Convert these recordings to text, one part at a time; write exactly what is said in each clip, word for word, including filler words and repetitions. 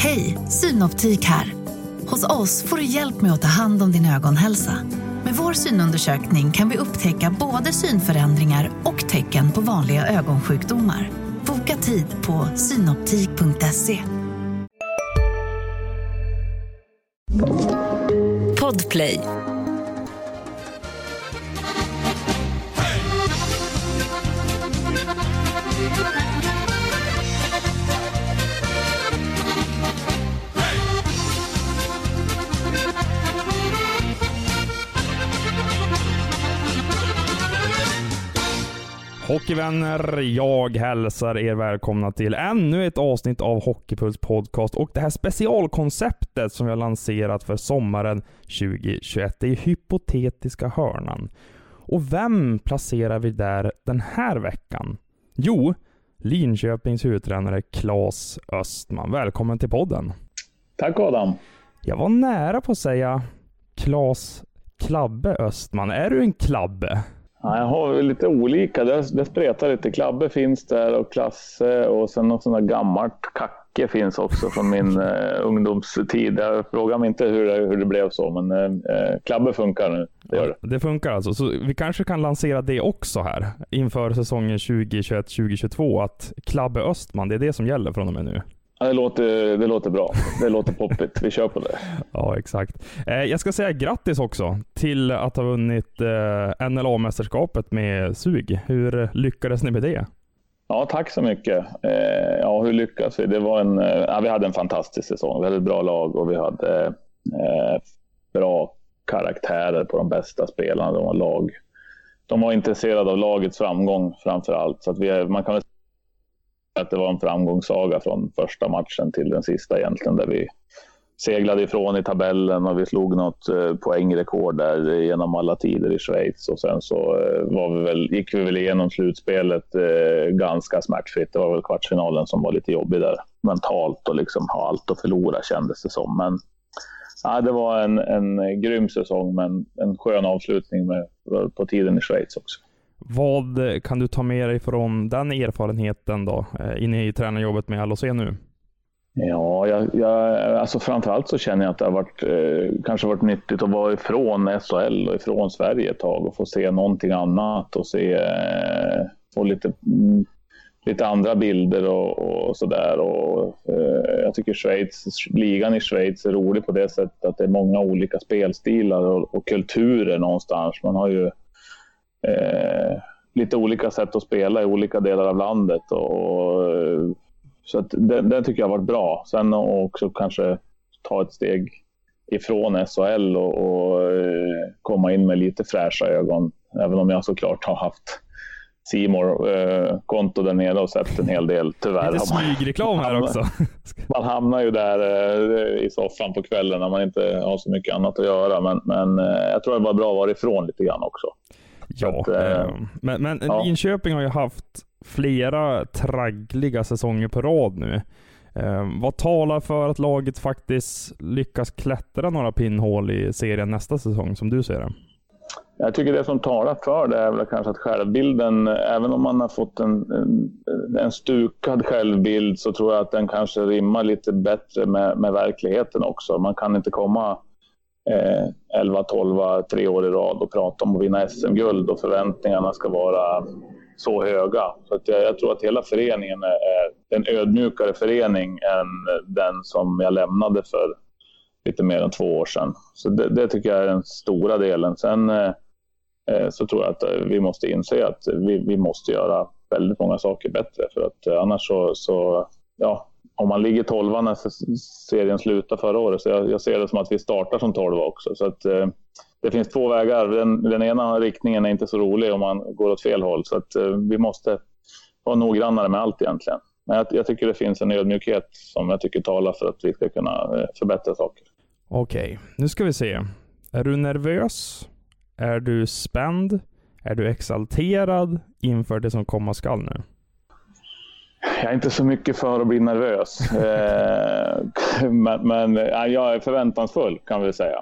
Hej, Synoptik här. Hos oss får du hjälp med att ta hand om din ögonhälsa. Med vår synundersökning kan vi upptäcka både synförändringar och tecken på vanliga ögonsjukdomar. Boka tid på synoptik punkt se. Podplay. Hockeyvänner, jag hälsar er välkomna till ännu ett avsnitt av Hockeypuls podcast och det här specialkonceptet som vi har lanserat för sommaren tjugo tjugoett. Det är hypotetiska hörnan. Och vem placerar vi där den här veckan? Jo, Linköpings huvudtränare Claes Östman. Välkommen till podden. Tack Adam. Jag var nära på att säga Claes Klabbe Östman. Är du en klabbe? Ja, jag har lite olika. Det, det spretar lite. Klabbe finns där och Klasse och sen något sånt där gammalt Kacke finns också från min eh, ungdomstid. Jag frågar mig inte hur det, hur det blev så, men eh, Klabbe funkar nu. Det gör det. Det funkar alltså. Så vi kanske kan lansera det också här inför säsongen tjugo tjugoett tjugo tjugotvå att Klabbe Östman, det är det som gäller från och med nu. Ja, det låter, det låter bra. Det låter poppigt. Vi kör på det. Ja, exakt. Eh, jag ska säga grattis också till att ha vunnit eh, N L A-mästerskapet med Sug. Hur lyckades ni med det? Ja, tack så mycket. Eh, ja, hur lyckades vi? Det var en, eh, ja, vi hade en fantastisk säsong. Vi hade ett bra lag och vi hade eh, bra karaktärer på de bästa spelarna. De var lag. De var intresserade av lagets framgång framför allt. Så att vi, man kan att det var en framgångssaga från första matchen till den sista egentligen, där vi seglade ifrån i tabellen och vi slog något eh, poängrekord där genom alla tider i Schweiz, och sen så eh, var vi väl, gick vi väl igenom slutspelet eh, ganska smärtfritt. Det var väl kvartsfinalen som var lite jobbig där mentalt och liksom ha allt att förlora kändes det som, men ja, det var en, en grym säsong, men en skön avslutning med, på tiden i Schweiz också. Vad kan du ta med dig från den erfarenheten då, inne i tränarjobbet med L H C nu? Ja, jag, jag, alltså framförallt så känner jag att det har varit, eh, kanske varit nyttigt att vara ifrån S H L och ifrån Sverige ett tag och få se någonting annat och se eh, få lite, mm, lite andra bilder och, och sådär. Och, eh, jag tycker Schweiz, ligan i Schweiz är rolig på det sättet att det är många olika spelstilar och, och kulturer någonstans. Man har ju Eh, lite olika sätt att spela i olika delar av landet och, och så att det, det tycker jag har varit bra. Sen också kanske ta ett steg ifrån S H L och, och eh, komma in med lite fräscha ögon, även om jag såklart har haft C More eh, konto där nere och sett en hel del, tyvärr. Lite smygreklam här också. Man hamnar ju där eh, i soffan på kvällen när man inte har så mycket annat att göra, men, men eh, jag tror det var bra att vara ifrån lite grann också. Ja, att, äh, men, men ja. Linköping har ju haft flera traggliga säsonger på rad nu. Eh, vad talar för att laget faktiskt lyckas klättra några pinnhål i serien nästa säsong, som du ser det? Jag tycker det som talar för det är väl kanske att självbilden, även om man har fått en, en, en stukad självbild, så tror jag att den kanske rimmar lite bättre med, med verkligheten också. Man kan inte komma Eh, elva tolv tre år i rad och prata om att vinna S M-guld och förväntningarna ska vara så höga. Så att jag, jag tror att hela föreningen är en ödmjukare förening än den som jag lämnade för lite mer än två år sedan. Så det, det tycker jag är den stora delen. Sen eh, så tror jag att vi måste inse att vi, vi måste göra väldigt många saker bättre, för att eh, annars så, så ja, om man ligger tolva när serien slutar förra året, så jag, jag ser det som att vi startar som tolva också. Så att eh, det finns två vägar. Den, den ena riktningen är inte så rolig om man går åt fel håll. Så att eh, vi måste vara noggrannare med allt egentligen. Men jag, jag tycker det finns en ödmjukhet som jag tycker talar för att vi ska kunna eh, förbättra saker. Okej, nu ska vi se. Är du nervös? Är du spänd? Är du exalterad inför det som komma skall nu? Jag är inte så mycket för att bli nervös. eh, men men ja, jag är förväntansfull, kan vi säga.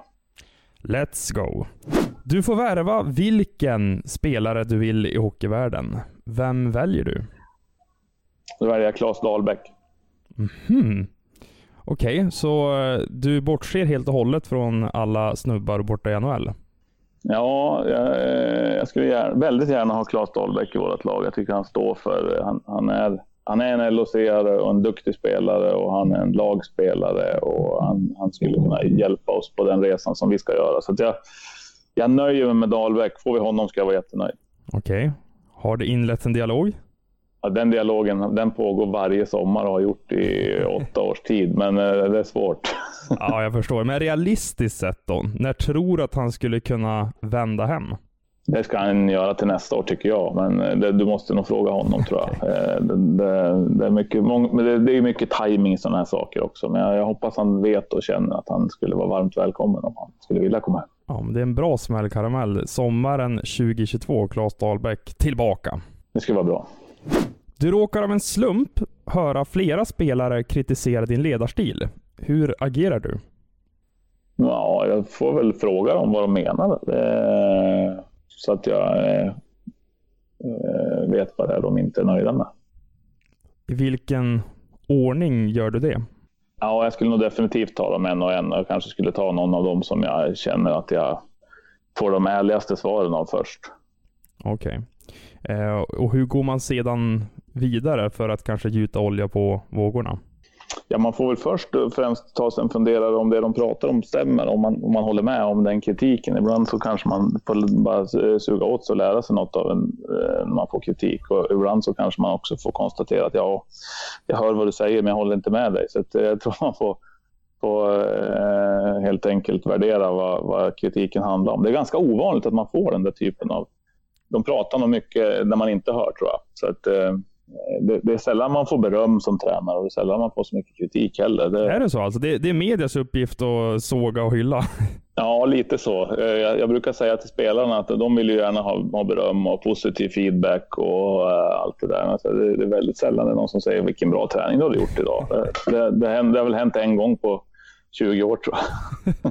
Let's go. Du får värva vilken spelare du vill i hockeyvärlden. Vem väljer du? Då väljer jag Claes Dahlbäck. Mm-hmm. Okej, okay, så du bortser helt och hållet från alla snubbar borta i N H L? Ja, jag, jag skulle gärna, väldigt gärna ha Claes Dahlbäck i vårt lag. Jag tycker han står för, han, han är han är en L O C-are och en duktig spelare och han är en lagspelare och han, han skulle kunna hjälpa oss på den resan som vi ska göra. Så att jag, jag nöjer mig med Dahlbäck. Får vi honom ska jag vara jättenöjd. Okej. Okay. Har det inlett en dialog? Ja, den dialogen den pågår varje sommar och har gjort i åtta års tid, men det är svårt. Ja, jag förstår. Men realistiskt sett då, när tror du att han skulle kunna vända hem? Det ska han göra till nästa år tycker jag, men det, du måste nog fråga honom tror jag. Det, det, det är mycket, många, det, det är mycket timing i sådana här saker också, men jag, jag hoppas han vet och känner att han skulle vara varmt välkommen om han skulle vilja komma hem. Ja, men det är en bra smällkaramell. Sommaren tjugohundratjugotvå, Claes Dahlbäck tillbaka. Det skulle vara bra. Du råkar av en slump höra flera spelare kritisera din ledarstil. Hur agerar du? Ja, jag får väl fråga dem vad de menar. Det, så att jag eh, vet vad det är de inte är nöjda med. I vilken ordning gör du det? Ja, jag skulle nog definitivt ta dem en och en. Jag kanske skulle ta någon av dem som jag känner att jag får de ärligaste svaren av först. Okej. Okay. Eh, och hur går man sedan vidare för att kanske gjuta olja på vågorna? Ja, man får väl först främst ta sig en funderare om det de pratar om stämmer, om man, om man håller med om den kritiken. Ibland så kanske man får bara suga åt sig och lära sig något av en, när man får kritik. Och ibland så kanske man också får konstatera att ja, jag hör vad du säger men jag håller inte med dig. Så att jag tror man får, får eh, helt enkelt värdera vad, vad kritiken handlar om. Det är ganska ovanligt att man får den där typen av... De pratar nog mycket när man inte hör tror jag. Så att... Eh, Det, det är sällan man får beröm som tränare och det är sällan man får så mycket kritik heller. Det... Är det så? Alltså det, det är medias uppgift att såga och hylla? Ja, lite så. Jag, jag brukar säga till spelarna att de vill ju gärna ha, ha beröm och positiv feedback och uh, allt det där. Alltså det, det är väldigt sällan det är någon som säger vilken bra träning du har gjort idag. Det, det, det, händer, det har väl hänt en gång på tjugo år tror jag.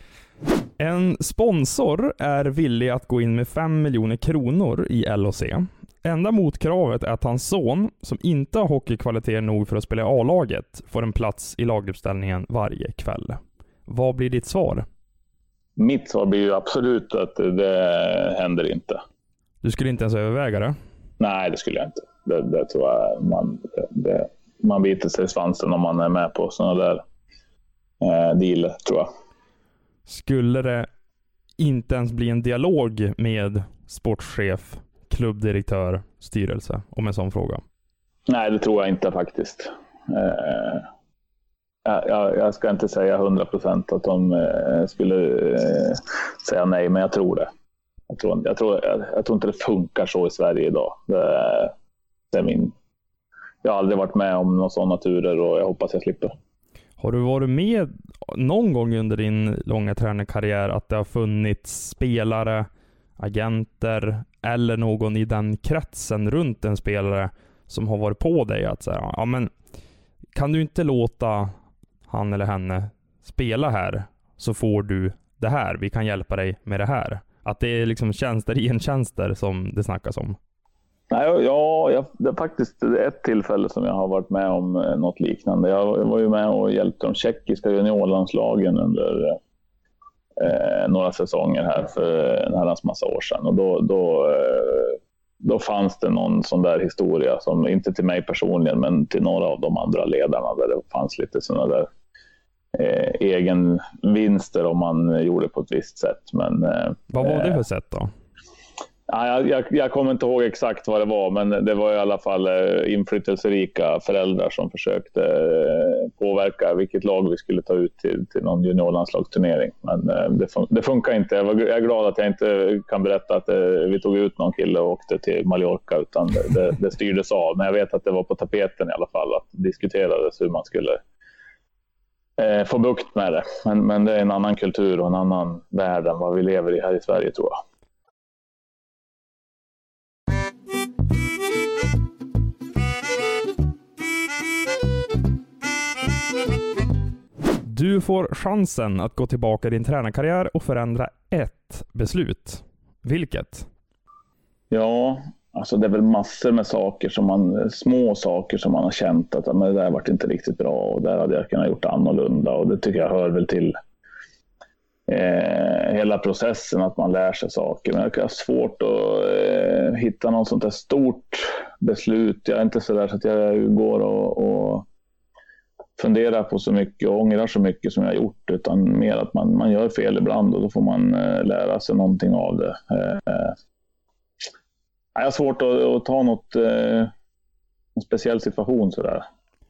En sponsor är villig att gå in med fem miljoner kronor i L O C. Enda motkravet är att hans son, som inte har hockeykvaliteter nog för att spela i A-laget, får en plats i laguppställningen varje kväll. Vad blir ditt svar? Mitt svar blir ju absolut att det händer inte. Du skulle inte ens överväga det? Nej, det skulle jag inte. Det, det tror jag man, det, man biter sig i svansen om man är med på sådana där eh, deal, tror jag. Skulle det inte ens bli en dialog med sportchef, klubbdirektör, styrelse om en sån fråga? Nej, det tror jag inte faktiskt. Eh, jag, jag ska inte säga hundra procent att de eh, skulle eh, säga nej, men jag tror det. Jag tror, jag, tror, jag, jag tror inte det funkar så i Sverige idag. Det, det är min... Jag har aldrig varit med om några sådana turer och jag hoppas jag slipper. Har du varit med någon gång under din långa tränarkarriär att det har funnits spelare, agenter eller någon i den kretsen runt en spelare som har varit på dig att säga, ja men kan du inte låta han eller henne spela här så får du det här, vi kan hjälpa dig med det här. Att det är liksom tjänster i en tjänster som det snackas om. Nej, ja, jag, det är faktiskt ett tillfälle som jag har varit med om något liknande. Jag var ju med och hjälpte de tjeckiska juniorlandslagen under eh, några säsonger här för en herrans massa år sedan. Och då, då, eh, då fanns det någon sån där historia, som inte till mig personligen men till några av de andra ledarna, där det fanns lite såna där eh, egen vinster om man gjorde på ett visst sätt. Men, eh, vad var det för sätt då? Ja, jag, jag, jag kommer inte ihåg exakt vad det var, men det var i alla fall eh, inflytelserika föräldrar som försökte eh, påverka vilket lag vi skulle ta ut till, till någon juniorlandslagsturnering. Men eh, det, fun- det funkar inte. Jag, var, jag är glad att jag inte kan berätta att eh, vi tog ut någon kille och åkte till Mallorca, utan det, det, det styrdes av. Men jag vet att det var på tapeten i alla fall, att det diskuterades hur man skulle eh, få bukt med det. Men, men det är en annan kultur och en annan värld än vad vi lever i här i Sverige, tror jag. Du får chansen att gå tillbaka i din tränarkarriär och förändra ett beslut. Vilket? Ja, Alltså det är väl massor med saker som man, små saker som man har känt att men det där varit inte riktigt bra och där hade jag kunnat gjort annorlunda, och det tycker jag hör väl till eh, hela processen att man lär sig saker. Men jag har svårt att eh, hitta något sånt där stort beslut. Jag är inte så där så att jag går och, och funderar på så mycket och ångrar så mycket som jag har gjort, utan mer att man, man gör fel ibland och då får man eh, lära sig någonting av det. Eh, Jag har svårt att, att ta något, eh, en speciell situation sådär.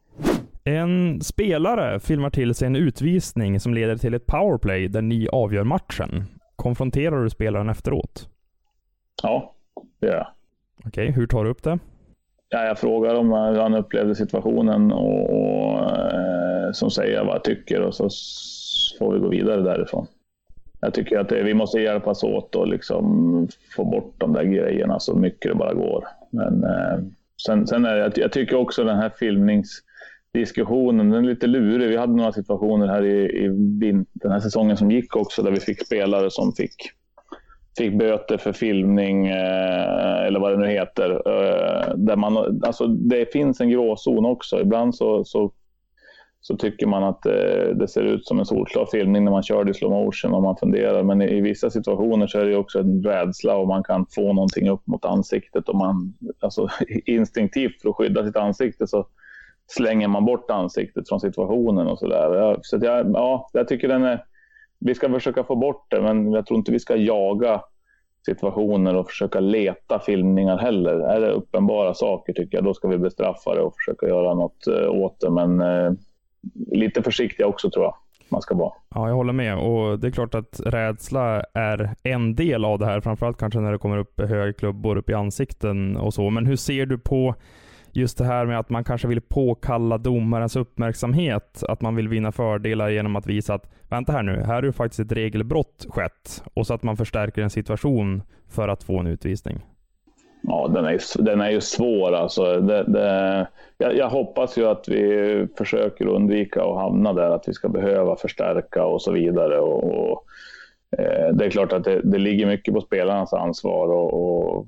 En spelare filmar till sig en utvisning som leder till ett powerplay där ni avgör matchen. Konfronterar du spelaren efteråt? Ja, det gör jag. Okej, hur tar du upp det? Ja, jag frågar om hur han upplevde situationen och, och eh, som säger vad jag tycker, och så får vi gå vidare därifrån. Jag tycker att det, vi måste hjälpas åt och liksom få bort de där grejerna så mycket det bara går. Men eh, sen, sen är det, jag tycker också den här filmningsdiskussionen, den är lite lurig. Vi hade några situationer här i, i den här säsongen som gick också, där vi fick spelare som fick, fick böter för filmning eh, eller vad det nu heter. Eh, där man, alltså, det finns en gråzon också. Ibland så, så så tycker man att eh, det ser ut som en solklar filmning när man kör det i slow motion och man funderar. Men i, i vissa situationer så är det också en rädsla och man kan få någonting upp mot ansiktet. Och man, alltså, instinktivt för att skydda sitt ansikte så slänger man bort ansiktet från situationen och sådär. Så att jag, ja, jag tycker den är, vi ska försöka få bort det, men jag tror inte vi ska jaga situationer och försöka leta filmningar heller. Är det uppenbara saker tycker jag, då ska vi bestraffa det och försöka göra något eh, åt det. Men eh, lite försiktiga också tror jag man ska vara. Ja, jag håller med. Och det är klart att rädsla är en del av det här. Framförallt kanske när det kommer upp höga klubbor upp i ansikten och så. Men hur ser du på just det här med att man kanske vill påkalla domarens uppmärksamhet? Att man vill vinna fördelar genom att visa att vänta här nu, här är ju faktiskt ett regelbrott skett. Och så att man förstärker en situation för att få en utvisning. Ja, den är, den är ju svår. Alltså. Det, det, jag, jag hoppas ju att vi försöker undvika att hamna där, att vi ska behöva förstärka och så vidare. Och, och, eh, det är klart att det, det ligger mycket på spelarnas ansvar och, och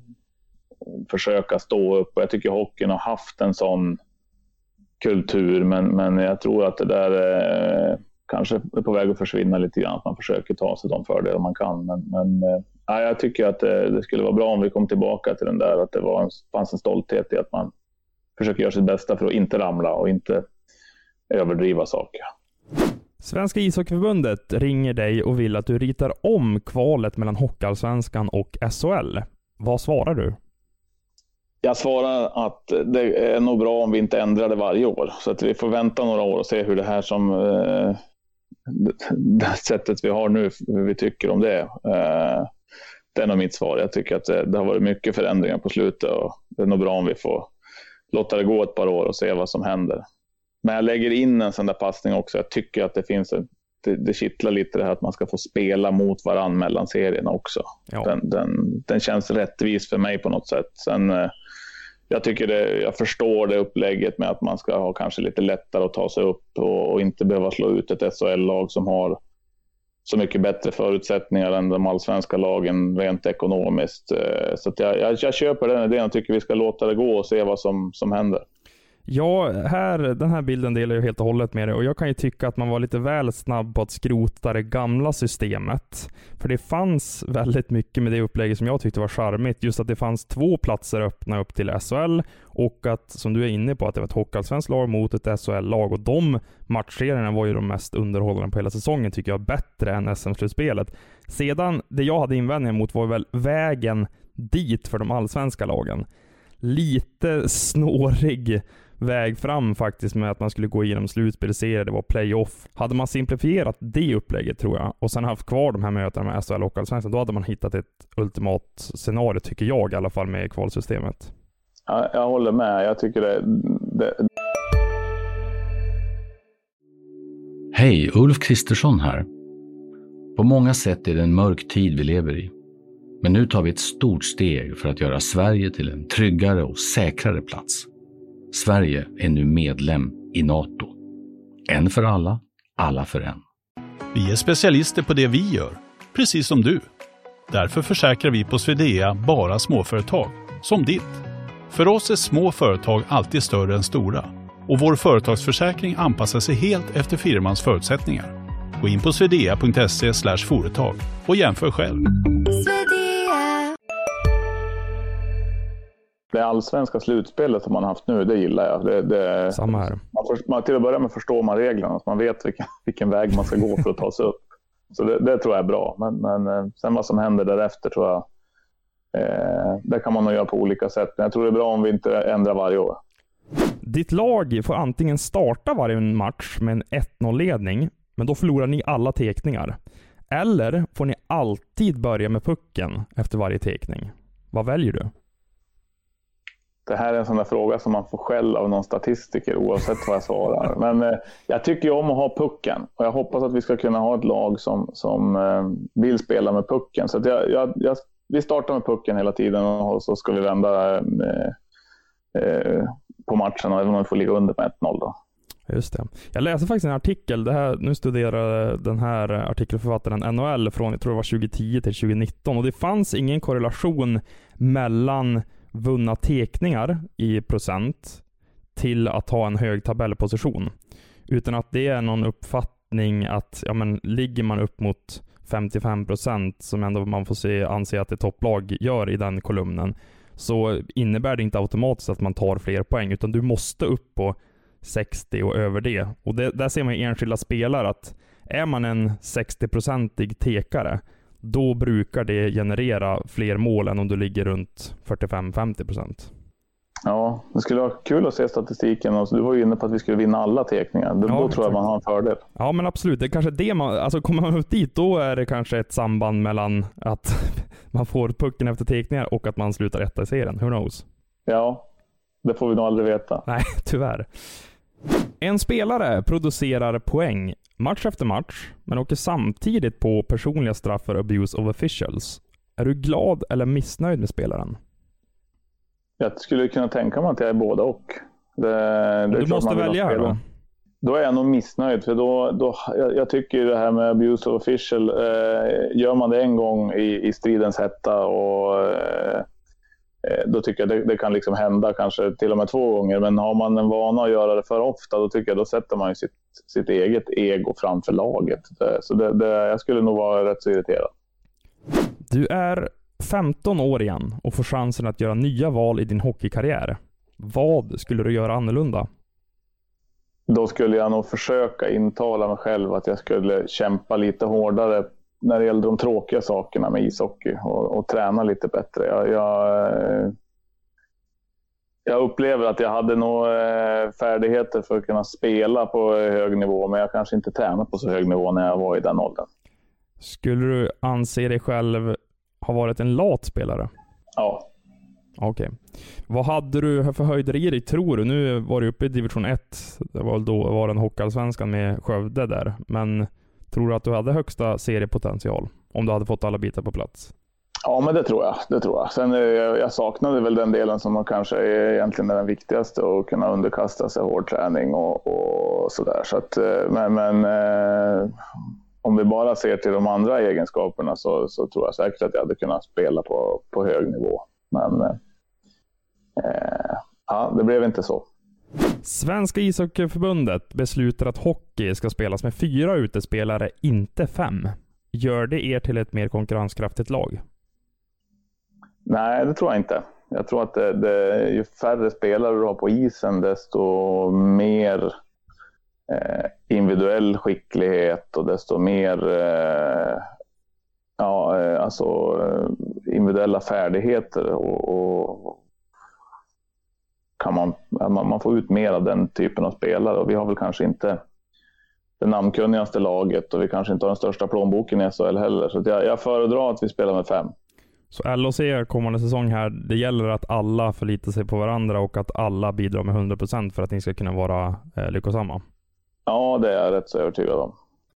försöka stå upp. Och jag tycker hockeyn har haft en sån kultur, men, men jag tror att det där eh, kanske är på väg att försvinna lite grann, att man försöker ta sig de fördelar man kan. Men, men eh, ja, jag tycker att det, det skulle vara bra om vi kom tillbaka till den där, att det var en, fanns en stolthet i att man försöker göra sitt bästa för att inte ramla och inte överdriva saker. Svenska ishockeyförbundet ringer dig och vill att du ritar om kvalet mellan Hockeyallsvenskan och S H L. Vad svarar du? Jag svarar att det är nog bra om vi inte ändrar det varje år. Så att vi får vänta några år och se hur det här som eh, det här sättet vi har nu, hur vi tycker om det. Eh, det är nog mitt svar. Jag tycker att det, det har varit mycket förändringar på slutet och det är nog bra om vi får låta det gå ett par år och se vad som händer. Men jag lägger in en sån där passning också. Jag tycker att det finns en, det, det kittlar lite det här att man ska få spela mot varann mellan serierna också. Ja. Den, den, den känns rättvis för mig på något sätt. Sen eh, jag tycker det, jag förstår det upplägget med att man ska ha kanske lite lättare att ta sig upp och, och inte behöva slå ut ett S H L-lag som har så mycket bättre förutsättningar än de allsvenska lagen rent ekonomiskt. Så att jag, jag, jag köper den idén och tycker vi ska låta det gå och se vad som, som händer. Ja, här, den här bilden delar jag helt och hållet med dig, och jag kan ju tycka att man var lite väl snabb på att skrota det gamla systemet. För det fanns väldigt mycket med det upplägget som jag tyckte var charmigt, just att det fanns två platser öppna upp till S H L och att, som du är inne på, att det var ett hockeyallsvenskt lag mot ett S H L-lag, och de matchserierna var ju de mest underhållande på hela säsongen, tycker jag, bättre än S M-slutspelet. Sedan, det jag hade invändningar mot var väl vägen dit för de allsvenska lagen. Lite snårig väg fram faktiskt, med att man skulle gå igenom slutspelserier, det var playoff. Hade man simplifierat det upplägget tror jag, och sen haft kvar de här mötena med S H L och allsvenskan, då hade man hittat ett ultimat scenario, tycker jag i alla fall, med kvalsystemet. Ja, jag håller med. Jag tycker det, det... Hej, Ulf Kristersson här. På många sätt är det en mörk tid vi lever i. Men nu tar vi ett stort steg för att göra Sverige till en tryggare och säkrare plats. Sverige är nu medlem i NATO. En för alla, alla för en. Vi är specialister på det vi gör, precis som du. Därför försäkrar vi på Swedea bara småföretag, som ditt. För oss är små företag alltid större än stora. Och vår företagsförsäkring anpassar sig helt efter firmans förutsättningar. Gå in på swedea punkt se slash företag och jämför själv. Det allsvenska slutspelet som man har haft nu, det gillar jag. Det, det, Samma här. Man, för, man till att börja med förstår man reglerna, så man vet vilken, vilken väg man ska gå för att ta sig upp. Så det, det tror jag är bra. Men, men sen vad som händer därefter tror jag, eh, det kan man nog göra på olika sätt. Men jag tror det är bra om vi inte ändrar varje år. Ditt lag får antingen starta varje match med en ett noll-ledning, men då förlorar ni alla tekningar. Eller får ni alltid börja med pucken efter varje tekning. Vad väljer du? Det här är en sån där fråga som man får skäll av någon statistiker oavsett vad jag svarar. Men eh, jag tycker ju om att ha pucken. Och jag hoppas att vi ska kunna ha ett lag som, som eh, vill spela med pucken. Så att jag, jag, jag, vi startar med pucken hela tiden och så ska vi vända eh, eh, på matchen, även om vi får ligga under med ett noll då. Just det. Jag läste faktiskt en artikel, det här, nu studerar den här artikelförfattaren N H L från, jag tror det var tjugo tio till tjugo nitton, och det fanns ingen korrelation mellan vunna tekningar i procent till att ha en hög tabellposition, utan att det är någon uppfattning att ja, men, ligger man upp mot femtiofem procent som ändå man får se, anse att ett topplag gör i den kolumnen, så innebär det inte automatiskt att man tar fler poäng, utan du måste upp på sextio och över det. Och det, där ser man i enskilda spelare att är man en sextio-procentig tekare, då brukar det generera fler mål än om du ligger runt fyrtiofem till femtio procent. Ja, det skulle vara kul att se statistiken. Alltså, du var ju inne på att vi skulle vinna alla tekningar. Då, ja, då tror jag man har en fördel. Ja, men absolut. Det är kanske det man, alltså kommer man upp dit, då är det kanske ett samband mellan att man får pucken efter tekningar och att man slutar etta i serien. Who knows? Ja, det får vi nog aldrig veta. Nej, tyvärr. En spelare producerar poäng match efter match, men åker samtidigt på personliga straff för abuse of officials. Är du glad eller missnöjd med spelaren? Jag skulle kunna tänka mig att jag är båda och. Det, det är du måste välja här då? Då är jag nog missnöjd, för då, då, jag, jag tycker det här med abuse of official, eh, gör man det en gång i, i stridens hetta och eh, då tycker jag det, det kan liksom hända kanske till och med två gånger, men har man en vana att göra det för ofta, då tycker jag då sätter man ju sitt, sitt eget ego framför laget. Så det, det, jag skulle nog vara rätt så irriterad. Du är femton år igen och får chansen att göra nya val i din hockeykarriär. Vad skulle du göra annorlunda? Då skulle jag nog försöka intala mig själv att jag skulle kämpa lite hårdare när det gäller de tråkiga sakerna med ishockey och, och träna lite bättre. Jag, jag, jag upplever att jag hade nog färdigheter för att kunna spela på hög nivå, men jag kanske inte tränade på så hög nivå när jag var i den åldern. Skulle du anse dig själv ha varit en lat spelare? Ja. Okej. Okay. Vad hade du för höjder i dig, tror du? Nu var du uppe i division ett. Det var då var den hockeyallsvenskan med Skövde där. Men tror du att du hade högsta seriepotential om du hade fått alla bitar på plats? Ja, men det tror jag. Det tror jag. Sen jag, jag saknade väl den delen som kanske är egentligen den viktigaste, att kunna underkasta sig hård träning och, och sådär. Så att, men, men eh, om vi bara ser till de andra egenskaperna så, så tror jag säkert att jag hade kunnat spela på, på hög nivå. Men eh, ja, det blev inte så. Svenska ishockeyförbundet beslutar att hockey ska spelas med fyra utespelare, inte fem. Gör det er till ett mer konkurrenskraftigt lag? Nej, det tror jag inte. Jag tror att det, det, ju färre spelare du har på isen, desto mer eh, individuell skicklighet och desto mer eh, ja, eh, alltså, individuella färdigheter och, och kan man, man, man får ut mer av den typen av spelare. Och vi har väl kanske inte det namnkunnigaste laget och vi kanske inte har den största plånboken i S H L heller. Så jag, jag föredrar att vi spelar med fem. Så L H C kommande säsong här, det gäller att alla förlitar sig på varandra och att alla bidrar med hundra procent för att ni ska kunna vara eh, lyckosamma? Ja, det är jag rätt så övertygad om.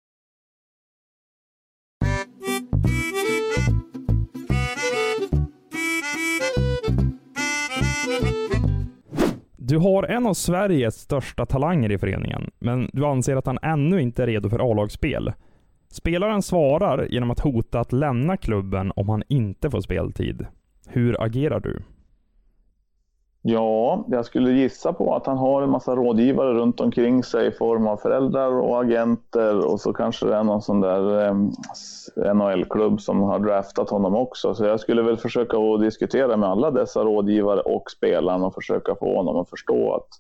Du har en av Sveriges största talanger i föreningen, men du anser att han ännu inte är redo för A-lagsspel. Spelaren svarar genom att hota att lämna klubben om han inte får speltid. Hur agerar du? Ja, jag skulle gissa på att han har en massa rådgivare runt omkring sig i form av föräldrar och agenter, och så kanske det är någon sån där eh, N H L-klubb som har draftat honom också. Så jag skulle väl försöka att diskutera med alla dessa rådgivare och spelarna och försöka få honom att förstå att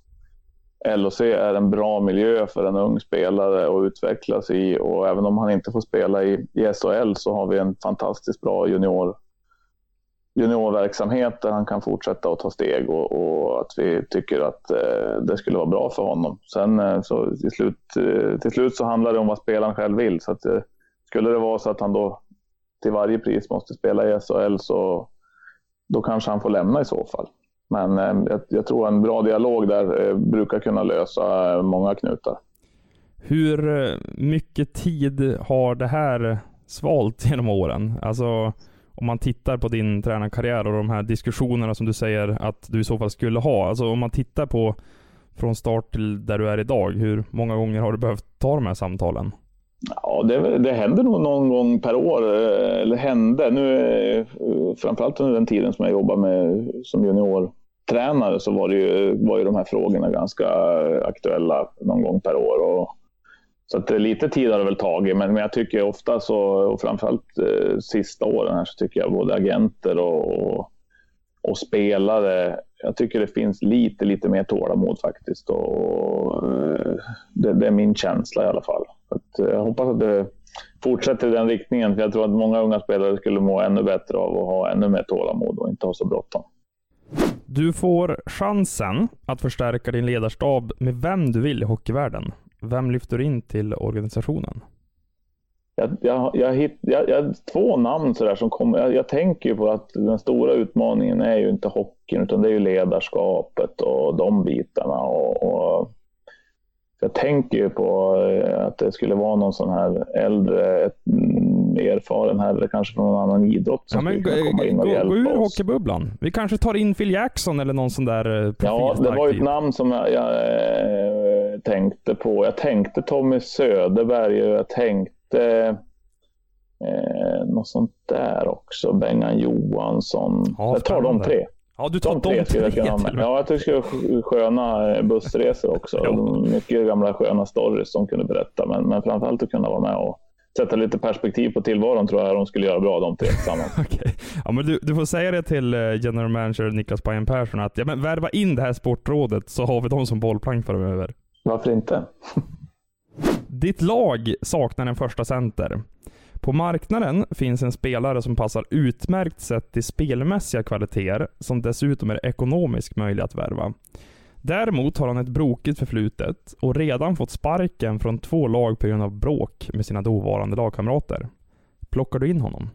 L H C är en bra miljö för en ung spelare att utvecklas i, och även om han inte får spela i, i S H L så har vi en fantastiskt bra junior juniorverksamhet där han kan fortsätta att ta steg, och, och att vi tycker att eh, det skulle vara bra för honom. Sen eh, så till slut, eh, till slut så handlar det om vad spelaren själv vill, så att eh, skulle det vara så att han då till varje pris måste spela i S H L, så då kanske han får lämna i så fall. Men eh, jag, jag tror en bra dialog där eh, brukar kunna lösa eh, många knutar. Hur mycket tid har det här svalt genom åren? Alltså om man tittar på din tränarkarriär och de här diskussionerna som du säger att du i så fall skulle ha. Alltså om man tittar på från start till där du är idag, hur många gånger har du behövt ta de här samtalen? Ja, det, det händer nog någon gång per år, eller hände. Nu, framförallt under den tiden som jag jobbar med som juniortränare, så var, det ju, var ju de här frågorna ganska aktuella någon gång per år. Och, så att lite tid har det väl tagit, men, men jag tycker ofta så, och framförallt eh, sista åren här, så tycker jag både agenter och, och, och spelare, jag tycker det finns lite, lite mer tålamod faktiskt, och eh, det, det är min känsla i alla fall. Att, jag hoppas att det fortsätter i den riktningen, för jag tror att många unga spelare skulle må ännu bättre av att ha ännu mer tålamod och inte ha så bråttom. Du får chansen att förstärka din ledarstab med vem du vill i hockeyvärlden. Vem lyfter du in till organisationen? Jag, jag, jag, hitt, jag, jag har två namn så där som kommer. Jag, jag tänker ju på att den stora utmaningen är ju inte hockeyn, utan det är ju ledarskapet och de bitarna. Och, och jag tänker ju på att det skulle vara någon sån här äldre, ett, erfaren herre, kanske från någon annan idrott som ja, men, skulle komma in och gå, hjälpa gå ur oss. Hockeybubblan. Vi kanske tar in Phil Jackson eller någon sån där profil. Ja, det var ju ett namn som jag, jag äh, tänkte på. Jag tänkte Tommy Söderberg och jag tänkte äh, något sånt där också. Bengan Johansson. Ja, jag tar de tre. Ja, du tar de, de tre. tre jag kunna med. Ja, jag tycker det skulle sköna bussresor också. Ja. Mycket gamla sköna stories som kunde berätta. Men, men framförallt att kunna vara med och sätta lite perspektiv på tillvaron, tror jag de skulle göra bra, de tre tillsammans. Okej. Ja, men du, du får säga det till general manager Niklas Bajen Persson att ja, men värva in det här sportrådet, så har vi dem som bollplank framöver. Varför inte? Ditt lag saknar en första center. På marknaden finns en spelare som passar utmärkt sett till spelmässiga kvaliteter, som dessutom är ekonomiskt möjlig att värva. Däremot har han ett brokigt förflutet och redan fått sparken från två lag på grund av bråk med sina dåvarande lagkamrater. Plockar du in honom?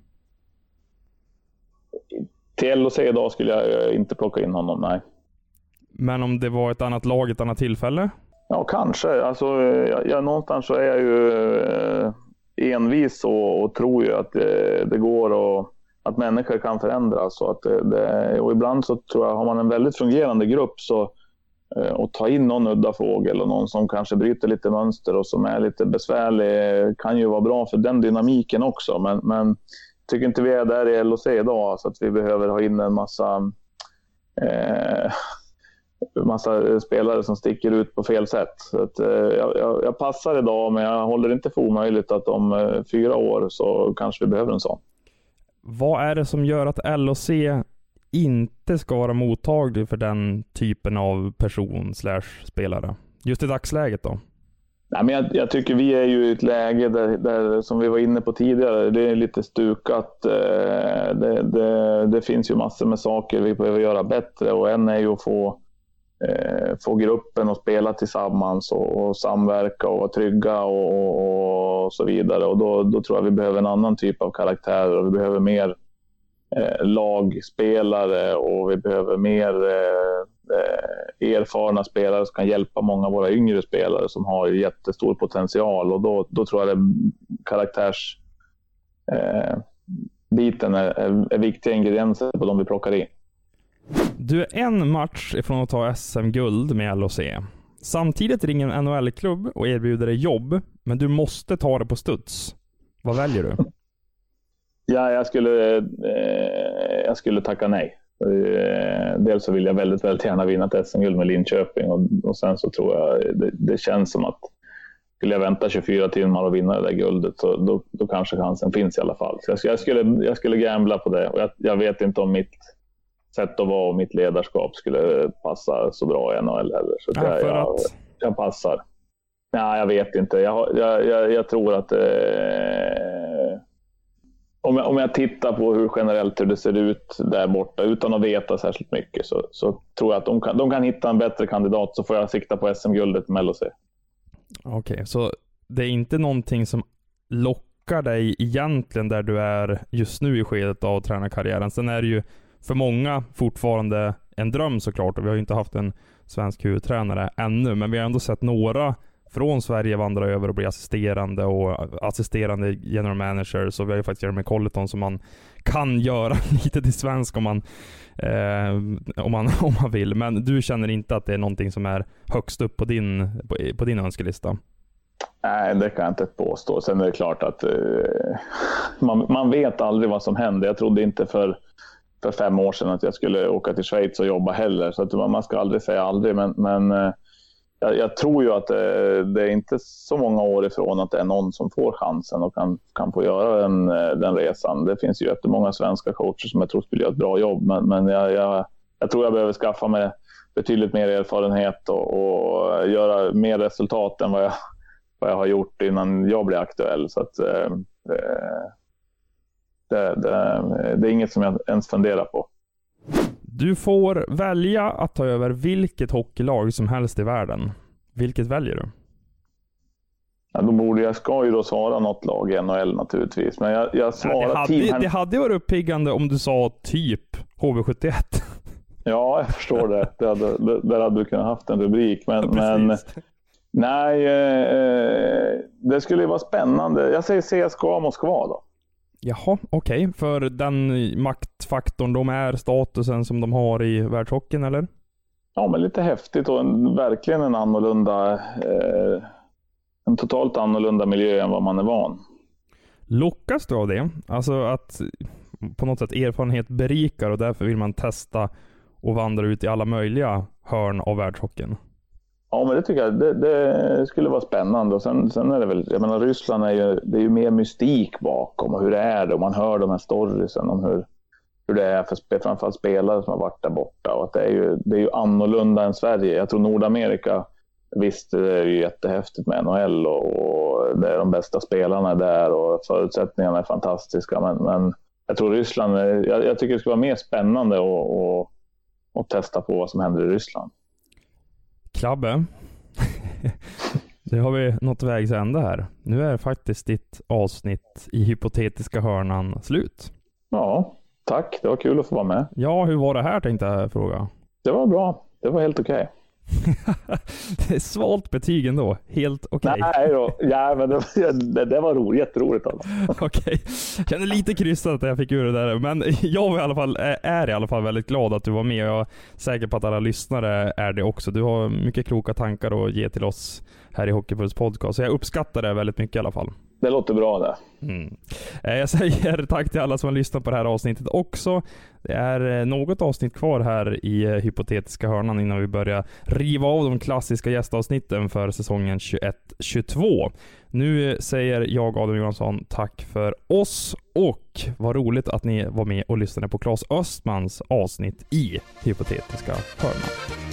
Till L H C idag skulle jag inte plocka in honom, nej. Men om det var ett annat lag, ett annat tillfälle? Ja, kanske. Alltså, jag, jag, någonstans så är jag ju eh, envis och, och tror ju att det, det går och att människor kan förändras. Och, att det, det, och ibland så tror jag, har man en väldigt fungerande grupp så och ta in någon udda fågel och någon som kanske bryter lite mönster och som är lite besvärlig kan ju vara bra för den dynamiken också. Men, men tycker inte vi är där i L H C idag så att vi behöver ha in en massa eh, massa spelare som sticker ut på fel sätt. Så att, eh, jag, jag passar idag, men jag håller inte för omöjligt att om eh, fyra år så kanske vi behöver en sån. Vad är det som gör att L H C inte ska vara mottaglig för den typen av person slash spelare? Just i dagsläget då? Nej, men jag, jag tycker vi är ju i ett läge där, där, som vi var inne på tidigare, det är lite stukat. Det, det, det finns ju massor med saker vi behöver göra bättre, och en är ju att få, eh, få gruppen att spela tillsammans och, och samverka och vara trygga och, och, och så vidare. Och då, då tror jag vi behöver en annan typ av karaktärer, och vi behöver mer Eh, lagspelare och vi behöver mer eh, erfarna spelare som kan hjälpa många av våra yngre spelare som har jättestor potential, och då, då tror jag det karaktärs eh, biten är, är, är viktiga ingredienser på de vi plockar in. Du är en match ifrån att ta S M-guld med L H C. Samtidigt ringer en N H L-klubb och erbjuder dig jobb, men du måste ta det på studs. Vad väljer du? Ja, jag skulle, eh, jag skulle tacka nej. Eh, dels så vill jag väldigt, väldigt gärna vinna ett S M-guld med Linköping och, och sen så tror jag det, det känns som att skulle jag vänta tjugofyra timmar och vinna det där guldet så då, då kanske chansen finns i alla fall. Så jag, jag, skulle, jag skulle gambla på det och jag, jag vet inte om mitt sätt att vara och mitt ledarskap skulle passa så bra i N H L heller. Så ja, jag, för jag, att... jag passar. Nej, jag vet inte. Jag, jag, jag, jag tror att eh, om, jag, om jag tittar på hur generellt hur det ser ut där borta utan att veta särskilt mycket så, så tror jag att de kan, de kan hitta en bättre kandidat så får jag sikta på S M-guldet med L H C. Okej, okay, så det är inte någonting som lockar dig egentligen där du är just nu i skedet av tränarkarriären. Sen är det ju för många fortfarande en dröm såklart och vi har ju inte haft en svensk huvudtränare ännu, men vi har ändå sett några från Sverige vandra över och bli assisterande och assisterande general manager, så vi har ju faktiskt Jeremy Colleton som man kan göra lite till svensk om man, eh, om man om man vill, men du känner inte att det är någonting som är högst upp på din, på, på din önskelista? Nej, det kan jag inte påstå. Sen är det klart att eh, man, man vet aldrig vad som händer. Jag trodde inte för för fem år sedan att jag skulle åka till Schweiz och jobba heller. Så att man ska aldrig säga aldrig. Men, men jag, jag tror ju att det, det är inte så många år ifrån att det är någon som får chansen och kan, kan få göra den, den resan. Det finns ju jättemånga svenska coacher som jag tror skulle göra ett bra jobb. Men, men jag, jag, jag tror jag behöver skaffa mig betydligt mer erfarenhet och, och göra mer resultat än vad jag, vad jag har gjort innan jag blir aktuell. Så att eh, Det, det, det är inget som jag ens funderar på. Du får välja att ta över vilket hockeylag som helst i världen. Vilket väljer du? Ja, då borde jag ska ju då svara något lag i N H L naturligtvis. Men jag, jag svarar ja, det, hade, team... det hade varit uppiggande om du sa typ H V sjuttioett. Ja, jag förstår det. det hade, det, där hade du kunnat haft en rubrik. Men, ja, men nej, eh, det skulle ju vara spännande. Jag säger C S K A Moskva då. Jaha, okej. Okay. För den maktfaktorn de är, statusen som de har i världshockeyn, eller? Ja, men lite häftigt och en, verkligen en annorlunda, eh, en totalt annorlunda miljö än vad man är van. Lockas du av det? Alltså att på något sätt erfarenhet berikar och därför vill man testa och vandra ut i alla möjliga hörn av världshockeyn? Ja, men det tycker jag det, det skulle vara spännande. Och sen, sen är det väl, jag menar Ryssland är ju, det är ju mer mystik bakom och hur det är det. Och man hör de här storiesen om hur, hur det är för framförallt spelare som har varit där borta. Och att det är ju, det är ju annorlunda än Sverige. Jag tror Nordamerika, visst det är ju jättehäftigt med N H L och, och det är de bästa spelarna där och förutsättningarna är fantastiska. Men, men jag tror Ryssland, är, jag, jag tycker det ska vara mer spännande och, och, och testa på vad som händer i Ryssland. Klabbe, det har vi nått vägs ända här. Nu är faktiskt ditt avsnitt i hypotetiska hörnan slut. Ja, tack. Det var kul att få vara med. Ja, hur var det här tänkte jag fråga. Det var bra. Det var helt okej. Okay. Det är svalt betyg ändå. Helt okej. Okay. Nej då. Ja, men det, det, det var roligt. Jätteroligt. Alltså. Okej. Okay. Jag känner lite krystat att jag fick ur det där. Men jag är i alla fall, är i alla fall väldigt glad att du var med. Jag är säker på att alla lyssnare är det också. Du har mycket kloka tankar att ge till oss här i Hockeypuls podcast. Så jag uppskattar det väldigt mycket i alla fall. Det låter bra det. Mm. Jag säger tack till alla som har lyssnat på det här avsnittet också. Det är något avsnitt kvar här i hypotetiska hörnan innan vi börjar riva av de klassiska gästavsnitten för säsongen tjugoett tjugotvå. Nu säger jag, Adam Johansson, tack för oss och vad roligt att ni var med och lyssnade på Claes Östmans avsnitt i hypotetiska hörnan.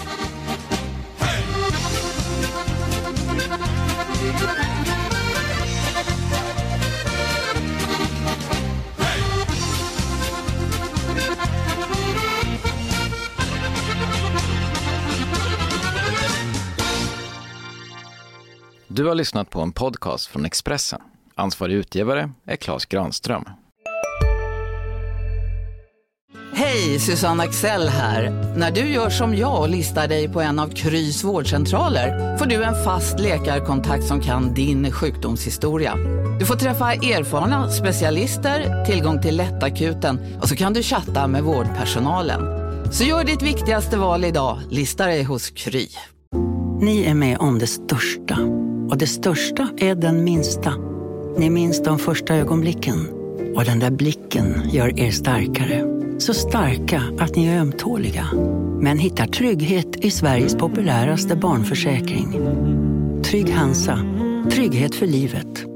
Du har lyssnat på en podcast från Expressen. Ansvarig utgivare är Claes Granström. Hej, Susanne Axel här. När du gör som jag och listar dig på en av Krys vårdcentraler får du en fast läkarkontakt som kan din sjukdomshistoria. Du får träffa erfarna specialister, tillgång till lättakuten och så kan du chatta med vårdpersonalen. Så gör ditt viktigaste val idag, lista dig hos Kry. Ni är med om det största. Och det största är den minsta. Ni minns de första ögonblicken. Och den där blicken gör er starkare. Så starka att ni är ömtåliga. Men hittar trygghet i Sveriges populäraste barnförsäkring. Trygg Hansa. Trygghet för livet.